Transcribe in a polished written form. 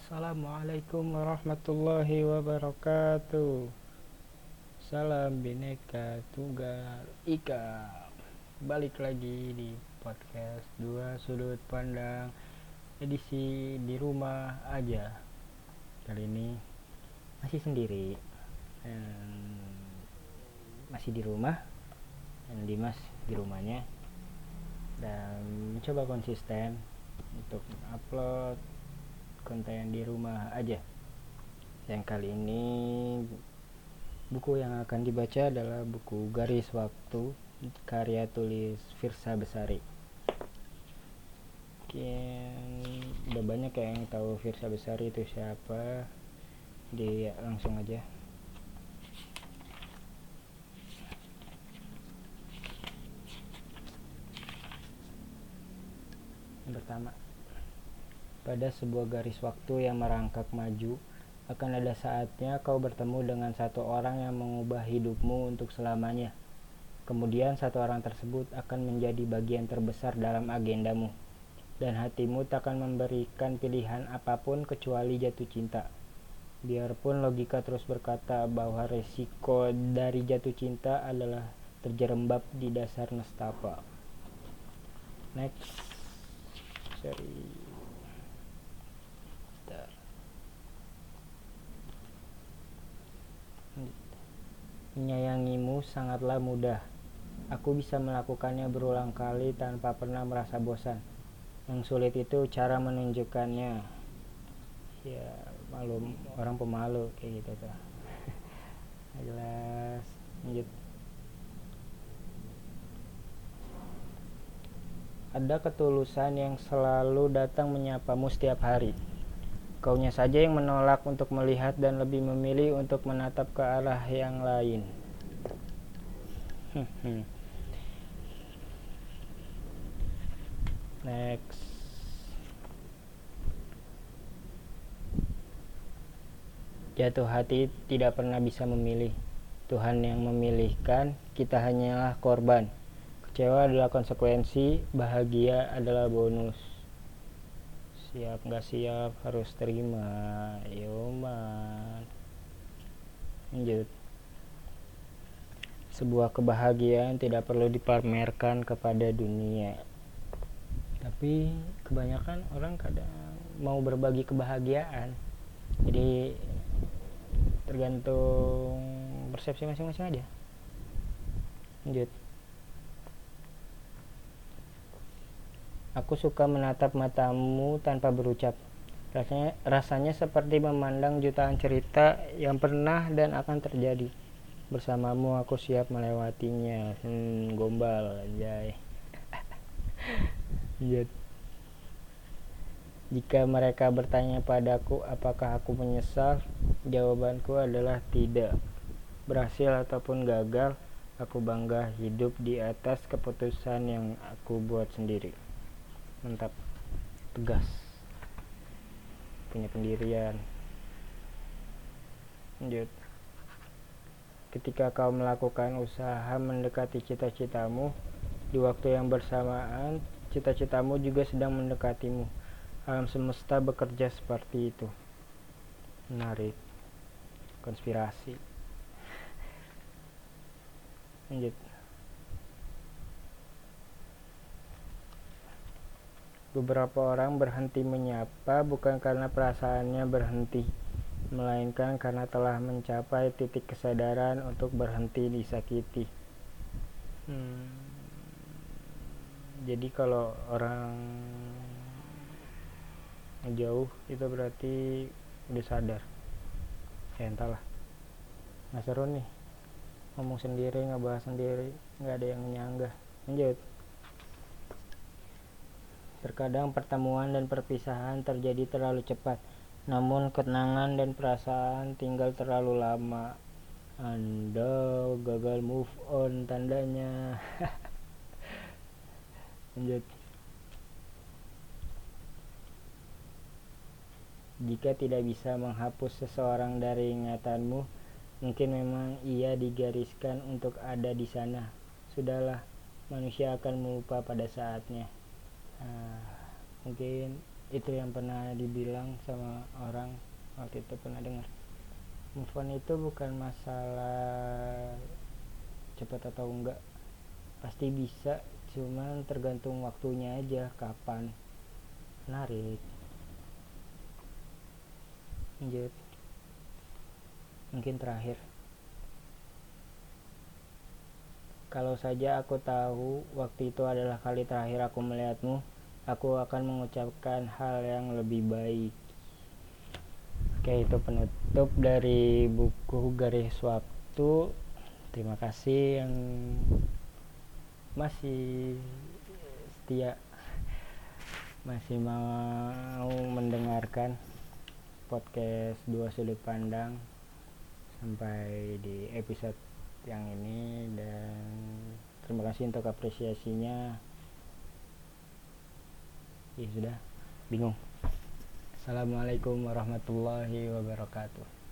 Assalamualaikum warahmatullahi wabarakatuh. Salam Bhinneka Tunggal Ika. Balik lagi di podcast Dua Sudut Pandang edisi di rumah aja. Kali ini masih sendiri, masih di rumah, dan Dimas di rumahnya, dan mencoba konsisten untuk upload konten di rumah aja. Yang kali ini buku yang akan dibaca adalah buku Garis Waktu karya tulis Firsa Besari. Mungkin udah banyak yang tahu Firsa Besari itu siapa, jadi langsung aja. Yang pertama, pada sebuah garis waktu yang merangkak maju, akan ada saatnya kau bertemu dengan satu orang yang mengubah hidupmu untuk selamanya. Kemudian satu orang tersebut akan menjadi bagian terbesar dalam agendamu, dan hatimu tak akan memberikan pilihan apapun kecuali jatuh cinta. Biarpun logika terus berkata bahwa resiko dari jatuh cinta adalah terjerembab di dasar nestapa. Next. Menyayangimu sangatlah mudah. Aku bisa melakukannya berulang kali tanpa pernah merasa bosan. Yang sulit itu cara menunjukkannya. Ya, malu, orang pemalu kayak gitu tuh. Jelas. Lanjut. Ada ketulusan yang selalu datang menyapamu setiap hari. Kaunya saja yang menolak untuk melihat dan lebih memilih untuk menatap ke arah yang lain. Next. Jatuh hati tidak pernah bisa memilih. Tuhan yang memilihkan, kita hanyalah korban. Kecewa adalah konsekuensi, bahagia adalah bonus. Siap gak siap harus terima. Yoman. Lanjut. Sebuah kebahagiaan tidak perlu dipamerkan kepada dunia. Tapi kebanyakan orang kadang mau berbagi kebahagiaan. Jadi tergantung persepsi masing-masing aja. Lanjut. Aku suka menatap matamu tanpa berucap. Rasanya seperti memandang jutaan cerita yang pernah dan akan terjadi. Bersamamu aku siap melewatinya. Gombal anjay. Lanjut. Jika mereka bertanya padaku apakah aku menyesal, jawabanku adalah tidak. Berhasil ataupun gagal, aku bangga hidup di atas keputusan yang aku buat sendiri. Mantap, tegas, punya pendirian. Lanjut. Ketika kau melakukan usaha mendekati cita-citamu, di waktu yang bersamaan cita-citamu juga sedang mendekatimu. Alam semesta bekerja seperti itu. Menarik. Konspirasi. Lanjut. Beberapa orang berhenti menyapa bukan karena perasaannya berhenti, melainkan karena telah mencapai titik kesadaran untuk berhenti disakiti. Jadi kalau orang jauh itu berarti udah sadar. Ya entahlah. Nggak seru nih. Ngomong sendiri, ngebahas sendiri, nggak ada yang nyanggah. Lanjut. Terkadang pertemuan dan perpisahan terjadi terlalu cepat, namun kenangan dan perasaan tinggal terlalu lama. Anda gagal move on tandanya. Lanjut. Jika tidak bisa menghapus seseorang dari ingatanmu, mungkin memang ia digariskan untuk ada di sana. Sudahlah, manusia akan melupa pada saatnya. Mungkin itu yang pernah dibilang sama orang waktu itu, pernah dengar, move on itu bukan masalah cepat atau enggak, pasti bisa, cuman tergantung waktunya aja kapan. Menarik. Lanjut. Mungkin terakhir, kalau saja aku tahu waktu itu adalah kali terakhir aku melihatmu, aku akan mengucapkan hal yang lebih baik. Oke, itu penutup dari buku Garis Waktu. Terima kasih yang masih setia, masih mau mendengarkan podcast Dua Sudut Pandang sampai di episode yang ini, dan terima kasih untuk apresiasinya. Ya sudah, bingung. Assalamualaikum warahmatullahi wabarakatuh.